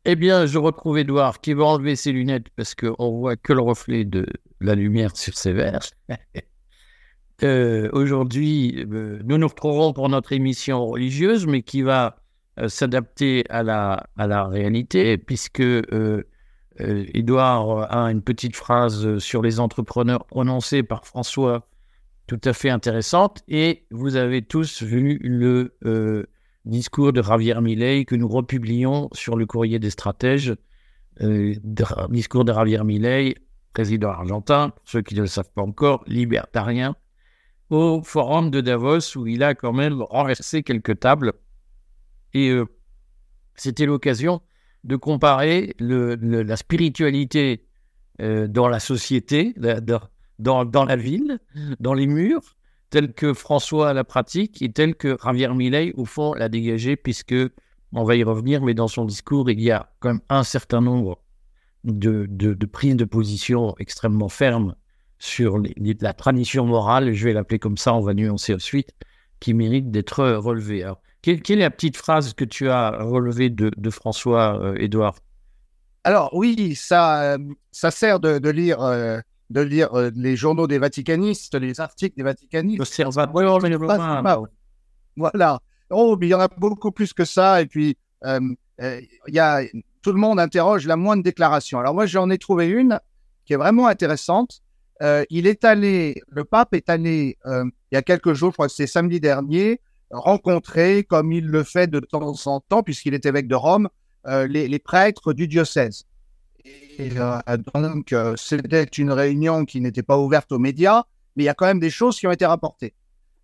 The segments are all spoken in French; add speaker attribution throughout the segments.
Speaker 1: Eh bien, je retrouve Edouard qui va enlever ses lunettes parce qu'on voit que le reflet de la lumière sur ses verres. Aujourd'hui, nous nous retrouvons pour notre émission religieuse, mais qui va s'adapter à la réalité, puisque Édouard a une petite phrase sur les entrepreneurs prononcée par François tout à fait intéressante, et vous avez tous vu le discours de Javier Milei que nous republions sur le courrier des stratèges, discours de Javier Milei, président argentin, pour ceux qui ne le savent pas encore, libertarien, au forum de Davos, où il a quand même renversé quelques tables. Et c'était l'occasion de comparer la spiritualité dans la société, dans la ville, dans les murs, telle que François la pratique et telle que Javier Milei, au fond, l'a dégagée, puisque, on va y revenir, mais dans son discours, il y a quand même un certain nombre de prises de position extrêmement fermes sur la tradition morale, je vais l'appeler comme ça, on va nuancer ensuite, qui mérite d'être relevée. Alors, quelle est la petite phrase que tu as relevée de François, Édouard?
Speaker 2: Alors oui, ça sert de lire, les journaux des vaticanistes, les articles des vaticanistes.
Speaker 1: L'Observatoire romano.
Speaker 2: Voilà. Oh, mais il y en a beaucoup plus que ça. Et puis, tout le monde interroge la moindre déclaration. Alors moi, j'en ai trouvé une qui est vraiment intéressante. Le pape est allé, il y a quelques jours, je crois que c'est samedi dernier, rencontrer, comme il le fait de temps en temps, puisqu'il est évêque de Rome, les prêtres du diocèse. Et donc, c'était une réunion qui n'était pas ouverte aux médias, mais il y a quand même des choses qui ont été rapportées.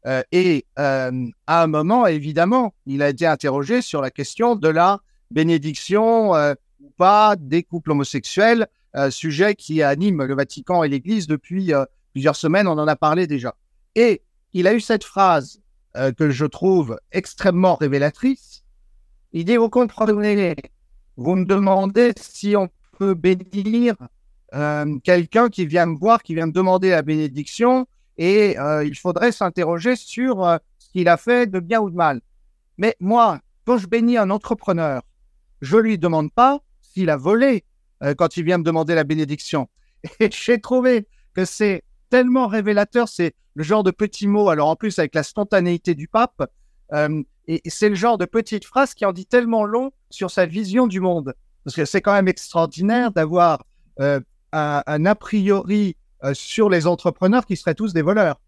Speaker 2: À un moment, évidemment, il a été interrogé sur la question de la bénédiction ou pas des couples homosexuels, sujet qui anime le Vatican et l'Église depuis plusieurs semaines, on en a parlé déjà. Et il a eu cette phrase que je trouve extrêmement révélatrice. Il dit, vous comprenez, vous me demandez si on peut bénir quelqu'un qui vient me voir, qui vient me demander la bénédiction, et il faudrait s'interroger sur ce qu'il a fait de bien ou de mal. Mais moi, quand je bénis un entrepreneur, je ne lui demande pas s'il a volé quand il vient me demander la bénédiction. Et j'ai trouvé que c'est tellement révélateur, c'est le genre de petits mots, alors en plus avec la spontanéité du pape, et c'est le genre de petite phrase qui en dit tellement long sur sa vision du monde. Parce que c'est quand même extraordinaire d'avoir un a priori sur les entrepreneurs qui seraient tous des voleurs.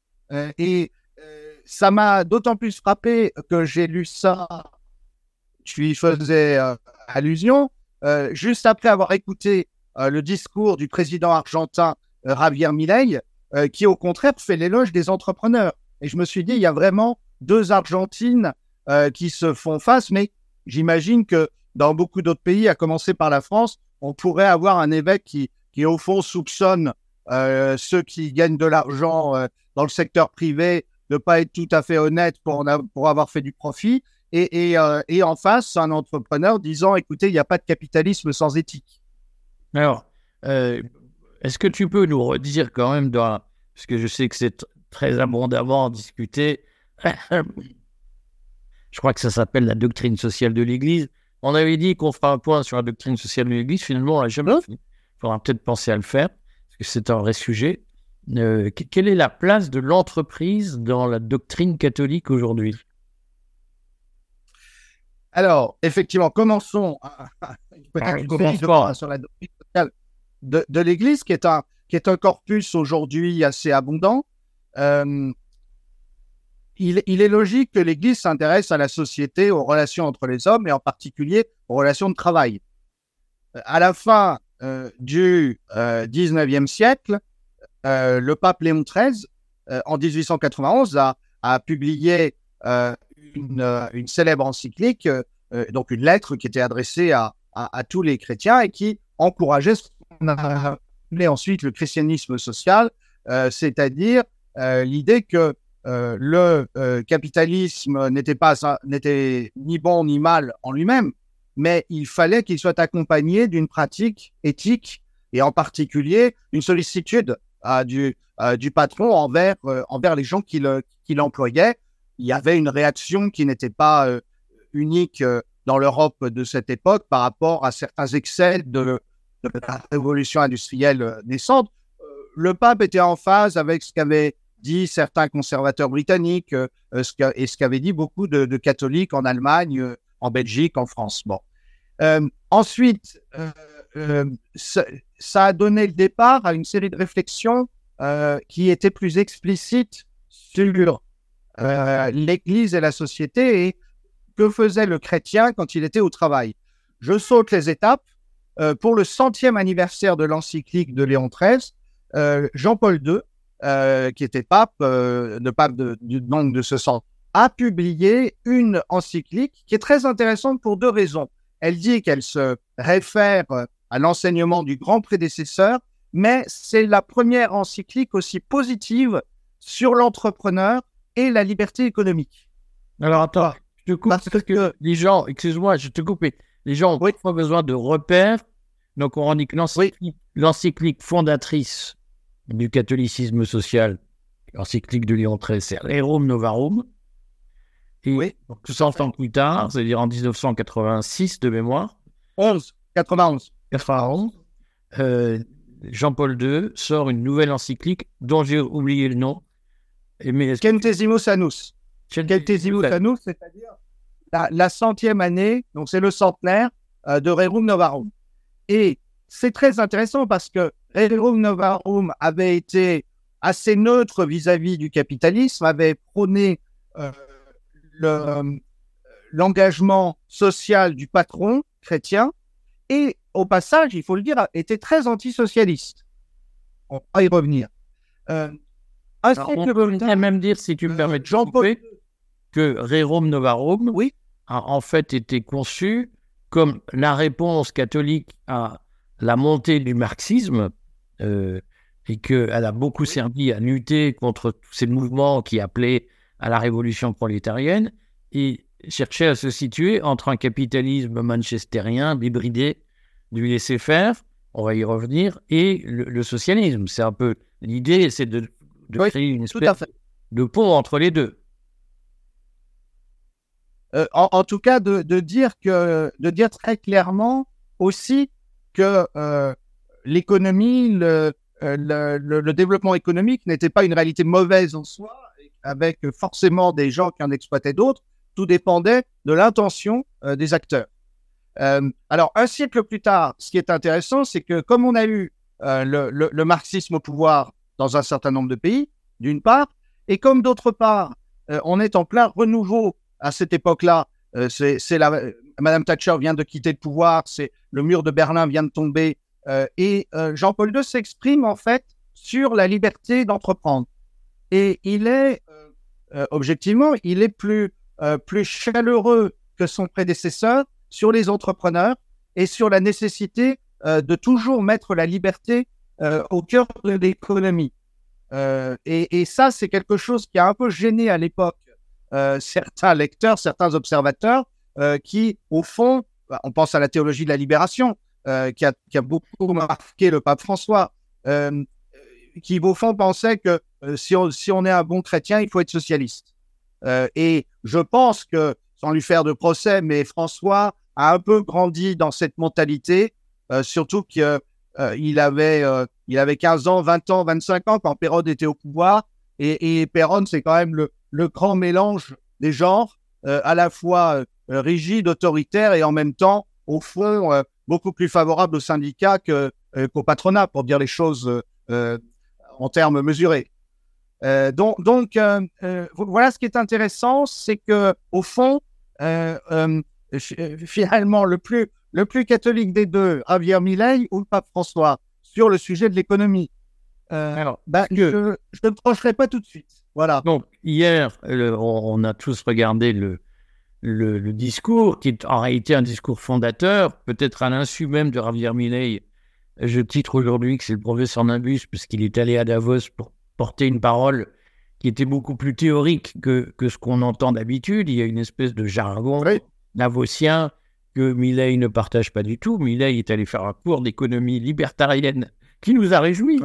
Speaker 2: Ça m'a d'autant plus frappé que j'ai lu ça, je lui faisais allusion, juste après avoir écouté le discours du président argentin Javier Milei, qui au contraire fait l'éloge des entrepreneurs. Et je me suis dit, il y a vraiment deux Argentines qui se font face, mais j'imagine que dans beaucoup d'autres pays, à commencer par la France, on pourrait avoir un évêque qui au fond soupçonne ceux qui gagnent de l'argent dans le secteur privé de ne pas être tout à fait honnêtes pour avoir fait du profit, et en face, un entrepreneur disant, écoutez, il n'y a pas de capitalisme sans éthique.
Speaker 1: Alors, est-ce que tu peux nous redire quand même, parce que je sais que c'est très abondamment discuté, je crois que ça s'appelle la doctrine sociale de l'Église. On avait dit qu'on fera un point sur la doctrine sociale de l'Église, finalement on l'a jamais fait. Il faudra peut-être penser à le faire, parce que c'est un vrai sujet. Quelle est la place de l'entreprise dans la doctrine catholique aujourd'hui?
Speaker 2: Alors, effectivement, commençons sur la doctrine sociale de l'Église, qui est un corpus aujourd'hui assez abondant. Il est logique que l'Église s'intéresse à la société, aux relations entre les hommes, et en particulier aux relations de travail. À la fin du 19e siècle, le pape Léon XIII, en 1891, a publié une célèbre encyclique, donc une lettre qui était adressée à tous les chrétiens et qui encourageait ce qu'on a appelé ensuite le christianisme social, c'est-à-dire l'idée que le capitalisme n'était ni bon ni mal en lui-même, mais il fallait qu'il soit accompagné d'une pratique éthique et en particulier une sollicitude du patron envers les gens qui l'employaient. Il y avait une réaction qui n'était pas unique dans l'Europe de cette époque par rapport à certains excès de la révolution industrielle naissante. Le pape était en phase avec ce qu'avaient dit certains conservateurs britanniques et ce qu'avaient dit beaucoup de catholiques en Allemagne, en Belgique, en France. Bon. Ensuite, ça a donné le départ à une série de réflexions qui étaient plus explicites sur l'Église et la société et que faisait le chrétien quand il était au travail. Je saute les étapes. Pour le 100e anniversaire de l'encyclique de Léon XIII, Jean-Paul II, qui était pape, donc de ce sens, a publié une encyclique qui est très intéressante pour deux raisons. Elle dit qu'elle se réfère à l'enseignement du grand prédécesseur, mais c'est la première encyclique aussi positive sur l'entrepreneur et la liberté économique.
Speaker 1: Alors attends, je te coupe parce que les gens, excuse-moi, je te coupe, les gens ont pas besoin de repères. Donc on indique l'encyclique fondatrice du catholicisme social, l'encyclique de Léon XIII, c'est Rerum Novarum. Et 200 ans plus tard, c'est-à-dire en 1986 de mémoire.
Speaker 2: 91.
Speaker 1: Jean-Paul II sort une nouvelle encyclique dont j'ai oublié le nom.
Speaker 2: Centesimus Annus. Centesimus Annus, c'est-à-dire la 100e année, donc c'est le centenaire de Rerum Novarum. Et c'est très intéressant parce que Rerum Novarum avait été assez neutre vis-à-vis du capitalisme, avait prôné l'engagement social du patron chrétien et au passage, il faut le dire, était très antisocialiste. On va y revenir.
Speaker 1: On pourrait même dire, si tu me permets de couper, que Rerum Novarum a en fait été conçu comme la réponse catholique à la montée du marxisme et qu'elle a beaucoup servi à lutter contre tous ces mouvements qui appelaient à la révolution prolétarienne et cherchait à se situer entre un capitalisme manchestérien débridé du laisser-faire, on va y revenir, et le socialisme. C'est un peu l'idée, c'est de créer une espèce de pont entre les deux.
Speaker 2: En tout cas, de dire très clairement aussi que l'économie, le développement économique n'était pas une réalité mauvaise en soi, avec forcément des gens qui en exploitaient d'autres. Tout dépendait de l'intention des acteurs. Alors, un siècle plus tard, ce qui est intéressant, c'est que comme on a eu le marxisme au pouvoir dans un certain nombre de pays, d'une part, et comme d'autre part, on est en plein renouveau à cette époque-là. Madame Thatcher vient de quitter le pouvoir, le mur de Berlin vient de tomber, et Jean-Paul II s'exprime en fait sur la liberté d'entreprendre. Et il est, objectivement, il est plus chaleureux que son prédécesseur sur les entrepreneurs et sur la nécessité de toujours mettre la liberté au cœur de l'économie. Et ça, c'est quelque chose qui a un peu gêné à l'époque certains lecteurs, certains observateurs qui, au fond, on pense à la théologie de la libération qui a beaucoup marqué le pape François, qui, au fond, pensait que si on est un bon chrétien, il faut être socialiste. Et je pense que, sans lui faire de procès, mais François a un peu grandi dans cette mentalité, surtout qu'il avait 15 ans, 20 ans, 25 ans quand Péron était au pouvoir. Et Péron, c'est quand même le grand mélange des genres, à la fois rigide, autoritaire et en même temps, au fond, beaucoup plus favorable aux syndicats qu'au patronat, pour dire les choses en termes mesurés. Donc, voilà ce qui est intéressant, c'est que au fond, finalement, le plus catholique des deux, Javier Milei ou le pape François, sur le sujet de l'économie. Je ne trancherai pas tout de suite. Voilà.
Speaker 1: Donc, hier, on a tous regardé le discours, qui est en réalité un discours fondateur, peut-être à l'insu même de Javier Milei. Je titre aujourd'hui que c'est le professeur Nimbus, puisqu'il est allé à Davos pour porter une parole qui était beaucoup plus théorique que ce qu'on entend d'habitude. Il y a une espèce de jargon davosien que Milei ne partage pas du tout. Milei est allé faire un cours d'économie libertarienne qui nous a réjouis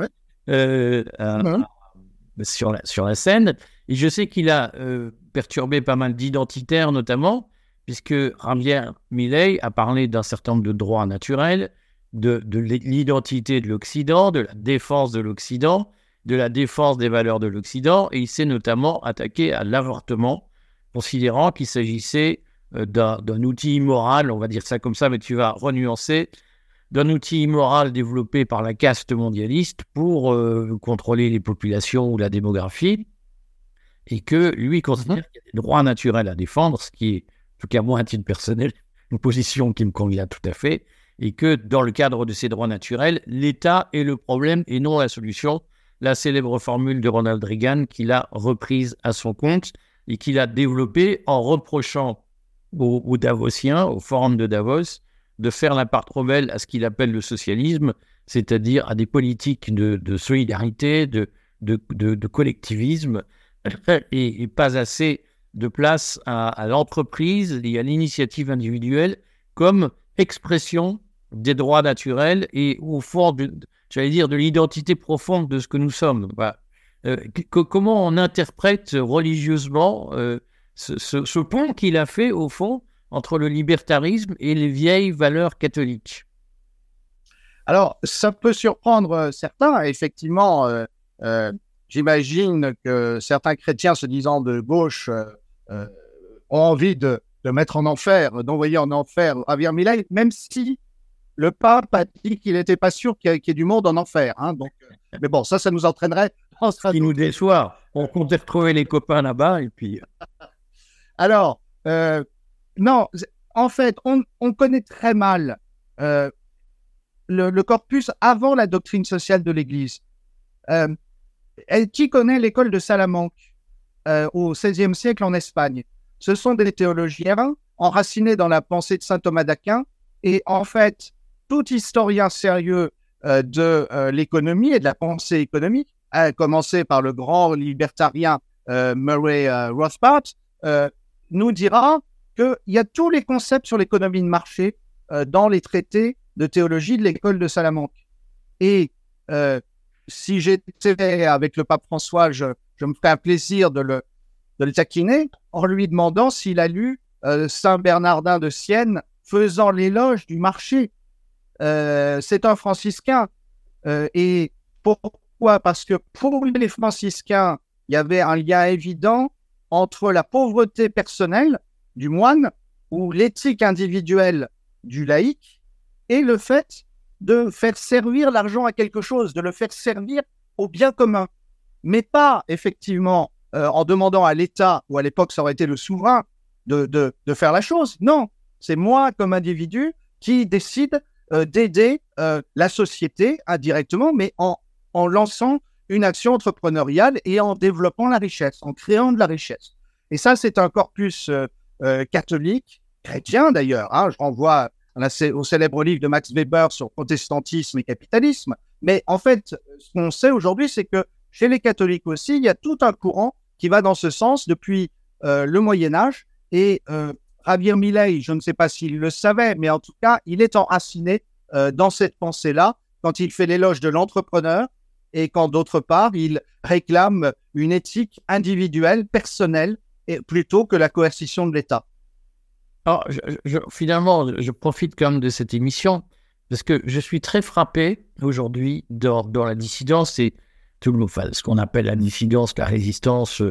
Speaker 1: sur la scène. Et je sais qu'il a perturbé pas mal d'identitaires, notamment, puisque Javier Milei a parlé d'un certain nombre de droits naturels, de l'identité de l'Occident, de la défense de l'Occident, de la défense des valeurs de l'Occident, et il s'est notamment attaqué à l'avortement, considérant qu'il s'agissait d'un outil immoral, on va dire ça comme ça, mais tu vas renuancer, d'un outil immoral développé par la caste mondialiste pour contrôler les populations ou la démographie, et que lui considère qu'il y a des droits naturels à défendre, ce qui est, en tout cas moi à titre personnel, une position qui me convient tout à fait, et que dans le cadre de ces droits naturels, l'État est le problème et non la solution. La célèbre formule de Ronald Reagan qu'il a reprise à son compte et qu'il a développée en reprochant aux Davosiens, au forum de Davos, de faire la part trop belle à ce qu'il appelle le socialisme, c'est-à-dire à des politiques de solidarité, de collectivisme, et pas assez de place à l'entreprise et à l'initiative individuelle comme expression des droits naturels et au fond, j'allais dire, de l'identité profonde de ce que nous sommes. Voilà. Comment on interprète religieusement ce pont qu'il a fait, au fond, entre le libertarisme et les vieilles valeurs catholiques?
Speaker 2: Alors, ça peut surprendre certains. Effectivement, j'imagine que certains chrétiens se disant de gauche ont envie de mettre en enfer, d'envoyer en enfer Javier Milei, même si le pape a dit qu'il n'était pas sûr qu'il y ait du monde en enfer. Hein, donc, mais bon, ça nous entraînerait.
Speaker 1: Qui nous déçoit. On comptait retrouver les copains là-bas et puis.
Speaker 2: Alors, non, en fait, on connaît très mal le corpus avant la doctrine sociale de l'Église. Qui connaît l'école de Salamanque au XVIe siècle en Espagne? Ce sont des théologiens enracinés dans la pensée de saint Thomas d'Aquin, et en fait, tout historien sérieux de l'économie et de la pensée économique, à commencer par le grand libertarien Murray Rothbard, nous dira qu'il y a tous les concepts sur l'économie de marché dans les traités de théologie de l'école de Salamanque. Et si j'étais avec le pape François, je me ferais un plaisir de le taquiner en lui demandant s'il a lu Saint Bernardin de Sienne faisant l'éloge du marché. C'est un franciscain. Et pourquoi? Parce que pour les franciscains, il y avait un lien évident entre la pauvreté personnelle du moine ou l'éthique individuelle du laïc et le fait de faire servir l'argent à quelque chose, de le faire servir au bien commun. Mais pas, effectivement, en demandant à l'État, ou à l'époque ça aurait été le souverain, de faire la chose. Non, c'est moi comme individu qui décide d'aider la société indirectement, mais en lançant une action entrepreneuriale et en développant la richesse, en créant de la richesse. Et ça, c'est un corpus catholique, chrétien d'ailleurs. Hein, je renvoie au célèbre livre de Max Weber sur protestantisme et capitalisme. Mais en fait, ce qu'on sait aujourd'hui, c'est que chez les catholiques aussi, il y a tout un courant qui va dans ce sens depuis le Moyen-Âge. Et Javier Milei, je ne sais pas s'il le savait, mais en tout cas, il est enraciné dans cette pensée-là quand il fait l'éloge de l'entrepreneur et quand, d'autre part, il réclame une éthique individuelle, personnelle, et plutôt que la coercition de l'État.
Speaker 1: Alors, finalement, je profite quand même de cette émission parce que je suis très frappé aujourd'hui dans la dissidence et tout ce qu'on appelle la dissidence, la résistance.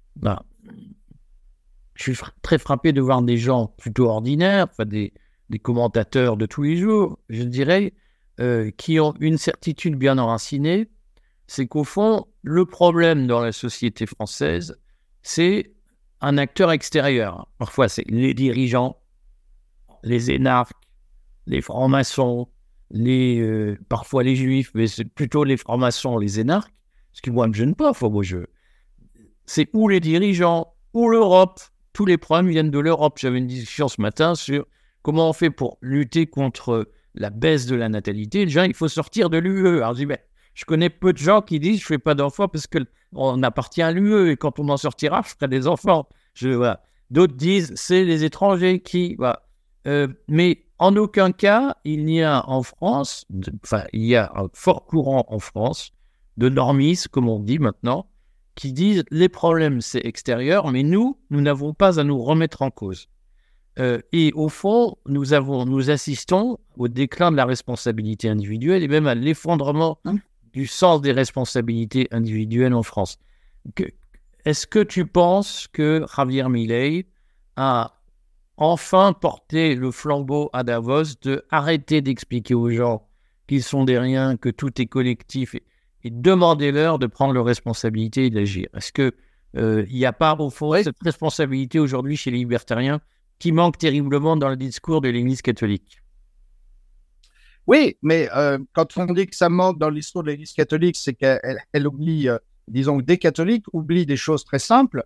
Speaker 1: Je suis très frappé de voir des gens plutôt ordinaires, enfin des commentateurs de tous les jours, je dirais, qui ont une certitude bien enracinée, c'est qu'au fond, le problème dans la société française, c'est un acteur extérieur. Parfois, c'est les dirigeants, les énarques, les francs-maçons, parfois les juifs, mais c'est plutôt les francs-maçons, les énarques, ce qui moi ne me gêne pas. C'est ou les dirigeants, ou l'Europe. Tous les problèmes viennent de l'Europe. J'avais une discussion ce matin sur comment on fait pour lutter contre la baisse de la natalité. Déjà, il faut sortir de l'UE. Alors, je dis, je connais peu de gens qui disent je ne fais pas d'enfants parce qu'on appartient à l'UE et quand on en sortira, je ferai des enfants. Voilà. D'autres disent c'est les étrangers qui. Voilà. Mais en aucun cas, il n'y a en France, il y a un fort courant en France de normistes, comme on dit maintenant, qui disent les problèmes c'est extérieur, mais nous n'avons pas à nous remettre en cause. Et au fond, nous assistons au déclin de la responsabilité individuelle et même à l'effondrement du sens des responsabilités individuelles en France. Est-ce que tu penses que Javier Milei a enfin porté le flambeau à Davos de arrêter d'expliquer aux gens qu'ils sont des riens, que tout est collectif et demandez-leur de prendre leurs responsabilités et d'agir? Est-ce que il n'y a pas au fond cette responsabilité aujourd'hui chez les libertariens qui manque terriblement dans le discours de l'Église catholique?
Speaker 2: Oui, mais quand on dit que ça manque dans le discours de l'Église catholique, c'est qu'elle oublie, disons que des catholiques oublient des choses très simples.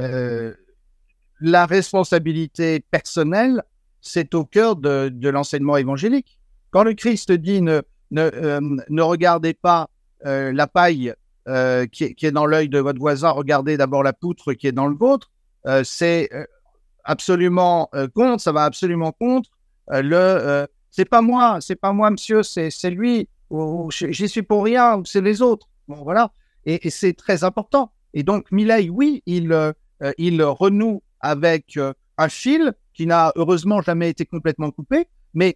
Speaker 2: La responsabilité personnelle, c'est au cœur de l'enseignement évangélique. Quand le Christ dit ne regardez pas la paille qui est dans l'œil de votre voisin, regardez d'abord la poutre qui est dans le vôtre, c'est absolument contre, ça va absolument contre c'est pas moi, monsieur, c'est lui, ou j'y suis pour rien, ou c'est les autres. Bon, voilà. Et c'est très important. Et donc, Milei, oui, il renoue avec un fil qui n'a heureusement jamais été complètement coupé, mais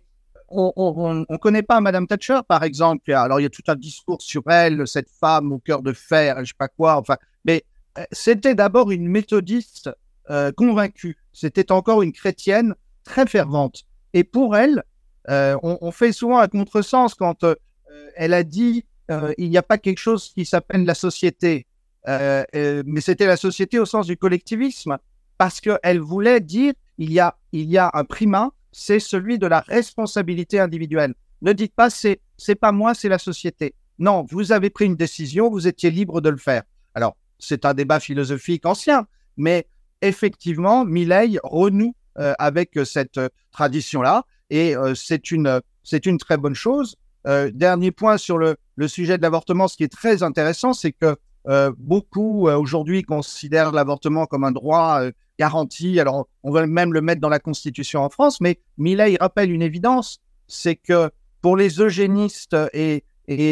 Speaker 2: on connaît pas Madame Thatcher, par exemple. Alors, il y a tout un discours sur elle, cette femme au cœur de fer, je sais pas quoi, enfin, mais c'était d'abord une méthodiste convaincue. C'était encore une chrétienne très fervente. Et pour elle, on fait souvent un contresens quand elle a dit il n'y a pas quelque chose qui s'appelle la société, mais c'était la société au sens du collectivisme, parce qu'elle voulait dire il y a un primat, c'est celui de la responsabilité individuelle. Ne dites pas c'est pas moi, c'est la société. Non, vous avez pris une décision, vous étiez libre de le faire. Alors, c'est un débat philosophique ancien, mais effectivement, Milei renoue avec cette tradition-là, et c'est une très bonne chose. Dernier point sur le sujet de l'avortement, ce qui est très intéressant, c'est que beaucoup aujourd'hui considèrent l'avortement comme un droit garanti. Alors, on veut même le mettre dans la Constitution en France, mais Milei rappelle une évidence, c'est que pour les eugénistes et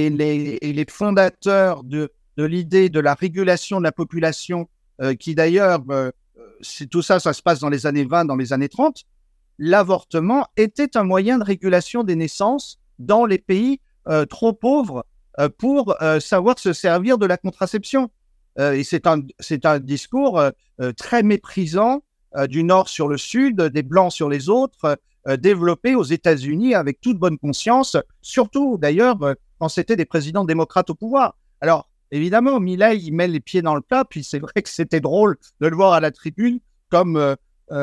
Speaker 2: les fondateurs de l'idée de la régulation de la population, qui d'ailleurs, tout ça se passe dans les années 20, dans les années 30, l'avortement était un moyen de régulation des naissances dans les pays trop pauvres pour savoir se servir de la contraception. Et c'est un discours très méprisant du Nord sur le Sud, des Blancs sur les autres, développé aux États-Unis avec toute bonne conscience, surtout d'ailleurs quand c'était des présidents démocrates au pouvoir. Alors, évidemment, Milei, il met les pieds dans le plat, puis c'est vrai que c'était drôle de le voir à la tribune comme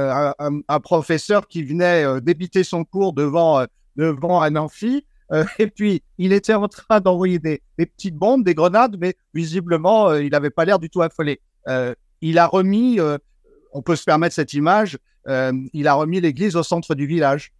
Speaker 2: un professeur qui venait débiter son cours devant un amphi, et puis il était en train d'envoyer des petites bombes, des grenades, mais visiblement il n'avait pas l'air du tout affolé. Il a remis, on peut se permettre cette image, il a remis l'église au centre du village.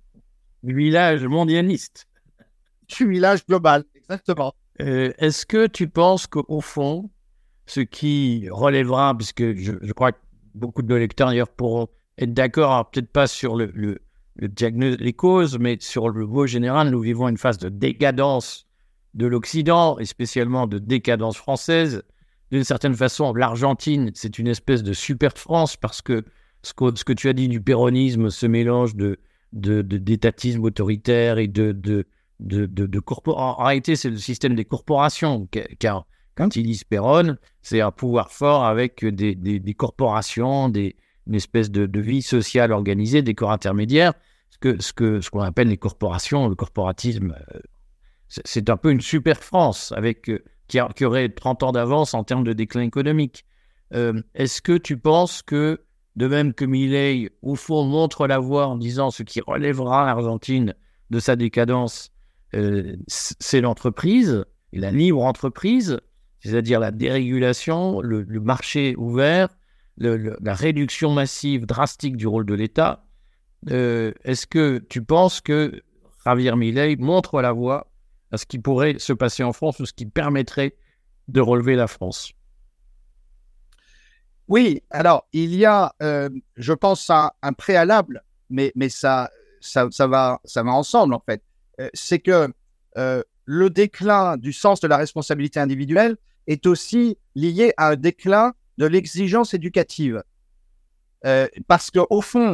Speaker 1: Du village mondialiste.
Speaker 2: Du village global, exactement.
Speaker 1: Est-ce que tu penses qu'au fond, ce qui relèvera, parce que je crois que beaucoup de lecteurs d'ailleurs pourront être d'accord, peut-être pas sur le diagnostic, les causes, mais sur le mot général, nous vivons une phase de décadence de l'Occident, et spécialement de décadence française. D'une certaine façon, l'Argentine, c'est une espèce de super France, parce que ce que tu as dit du péronisme, ce mélange d'étatisme autoritaire et en réalité, c'est le système des corporations, car quand il dit Perón, c'est un pouvoir fort avec des corporations, une espèce de vie sociale organisée, des corps intermédiaires, ce qu'on appelle les corporations, le corporatisme. C'est un peu une super France qui aurait 30 ans d'avance en termes de déclin économique. Est-ce que tu penses que, de même que Milei, au fond, montre la voie en disant ce qui relèvera l'Argentine de sa décadence, c'est l'entreprise, et la libre entreprise, c'est-à-dire la dérégulation, le marché ouvert, la réduction massive, drastique du rôle de l'État. Est-ce que tu penses que Javier Milei montre la voie à ce qui pourrait se passer en France ou ce qui permettrait de relever la France?
Speaker 2: Oui, alors il y a, je pense, un préalable, mais ça va ensemble en fait. C'est que le déclin du sens de la responsabilité individuelle est aussi lié à un déclin de l'exigence éducative. Parce qu'au fond,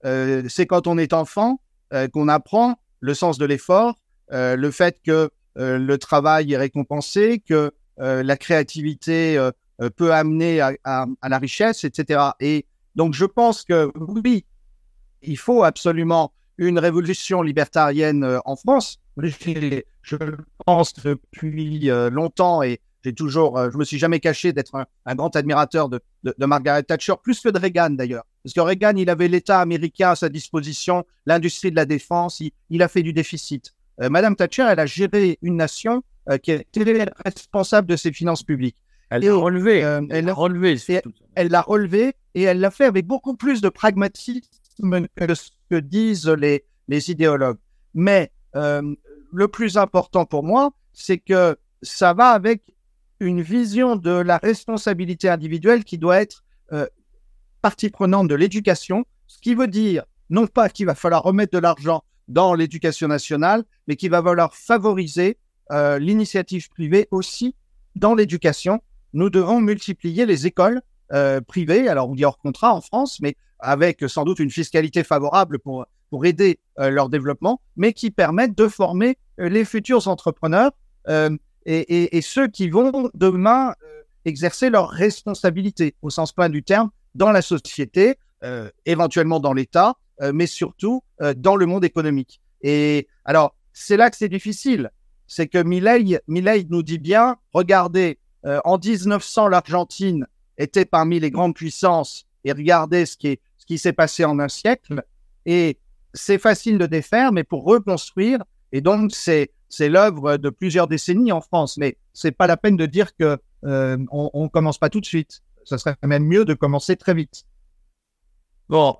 Speaker 2: c'est quand on est enfant qu'on apprend le sens de l'effort, le fait que le travail est récompensé, que la créativité peut amener à la richesse, etc. Et donc, je pense que oui, il faut absolument une révolution libertarienne en France. Je pense depuis longtemps et je me suis jamais caché d'être un grand admirateur de Margaret Thatcher, plus que de Reagan d'ailleurs. Parce que Reagan, il avait l'État américain à sa disposition, l'industrie de la défense, il a fait du déficit. Madame Thatcher, elle a géré une nation qui était responsable de ses finances publiques.
Speaker 1: Elle l'a relevé.
Speaker 2: Elle l'a relevé et elle l'a fait avec beaucoup plus de pragmatisme que ce que disent les idéologues. Mais le plus important pour moi, c'est que ça va avec une vision de la responsabilité individuelle qui doit être partie prenante de l'éducation, ce qui veut dire non pas qu'il va falloir remettre de l'argent dans l'éducation nationale, mais qu'il va falloir favoriser l'initiative privée aussi dans l'éducation. Nous devons multiplier les écoles privées, alors on dit hors contrat en France, mais avec sans doute une fiscalité favorable pour aider leur développement, mais qui permettent de former les futurs entrepreneurs et ceux qui vont demain exercer leurs responsabilités au sens plein du terme dans la société, éventuellement dans l'État, mais surtout dans le monde économique. Et alors, c'est là que c'est difficile. C'est que Milei nous dit bien, regardez, en 1900, l'Argentine était parmi les grandes puissances et regardez ce qui s'est passé en un siècle. Et c'est facile de défaire, mais pour reconstruire, et donc c'est l'œuvre de plusieurs décennies en France. Mais c'est pas la peine de dire que on commence pas tout de suite. Ça serait même mieux de commencer très vite.
Speaker 1: Bon,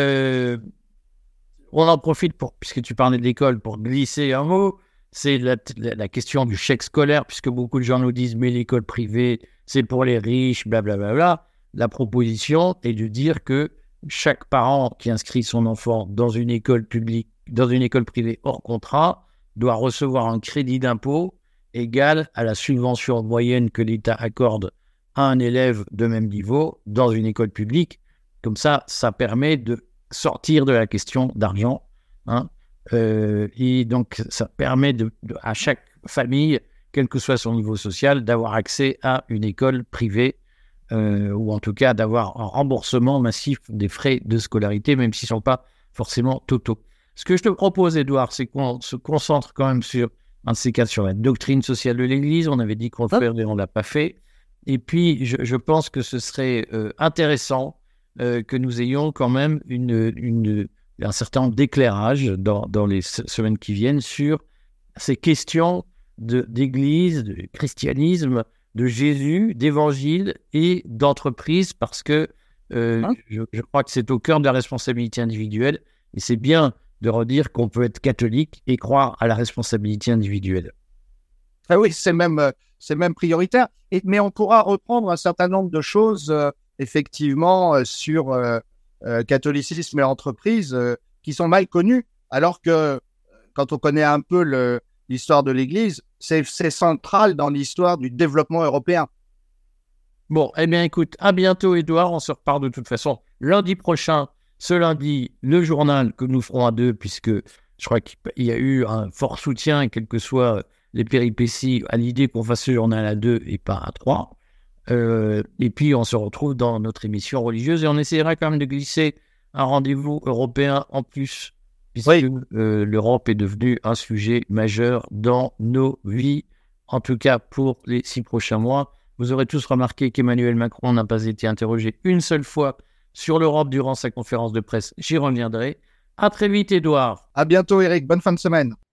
Speaker 1: on en profite puisque tu parlais de l'école, pour glisser un mot. C'est la question du chèque scolaire, puisque beaucoup de gens nous disent mais l'école privée, c'est pour les riches, blablabla. La proposition est de dire que chaque parent qui inscrit son enfant dans une école publique, dans une école privée hors contrat, doit recevoir un crédit d'impôt égal à la subvention moyenne que l'État accorde à un élève de même niveau dans une école publique. Comme ça permet de sortir de la question d'argent, hein. Et donc, ça permet à chaque famille, quel que soit son niveau social, d'avoir accès à une école privée, ou en tout cas d'avoir un remboursement massif des frais de scolarité, même s'ils ne sont pas forcément totaux. Ce que je te propose, Edouard, c'est qu'on se concentre quand même sur un de ces cas, sur la doctrine sociale de l'Église. On avait dit qu'on le ferait, mais on ne l'a pas fait. Et puis, je pense que ce serait intéressant que nous ayons quand même un certain nombre d'éclairages dans les semaines qui viennent sur ces questions d'église, de christianisme, de Jésus, d'évangile et d'entreprise, parce que je crois que c'est au cœur de la responsabilité individuelle, et c'est bien de redire qu'on peut être catholique et croire à la responsabilité individuelle.
Speaker 2: Ah oui, c'est même prioritaire, mais on pourra reprendre un certain nombre de choses effectivement sur catholicisme et entreprise qui sont mal connus, alors que quand on connaît un peu l'histoire de l'Église, c'est central dans l'histoire du développement européen.
Speaker 1: Bon, eh bien écoute, à bientôt Edouard, on se reparle de toute façon lundi prochain. Ce lundi, le journal que nous ferons à deux, puisque je crois qu'il y a eu un fort soutien, quelles que soient les péripéties, à l'idée qu'on fasse ce journal à deux et pas à trois. Et puis on se retrouve dans notre émission religieuse et on essaiera quand même de glisser un rendez-vous européen en plus, puisque l'Europe est devenue un sujet majeur dans nos vies, en tout cas pour les 6 prochains mois. Vous aurez tous remarqué qu'Emmanuel Macron n'a pas été interrogé une seule fois sur l'Europe durant sa conférence de presse. J'y reviendrai. À très vite, Edouard.
Speaker 2: À bientôt, Eric. Bonne fin de semaine.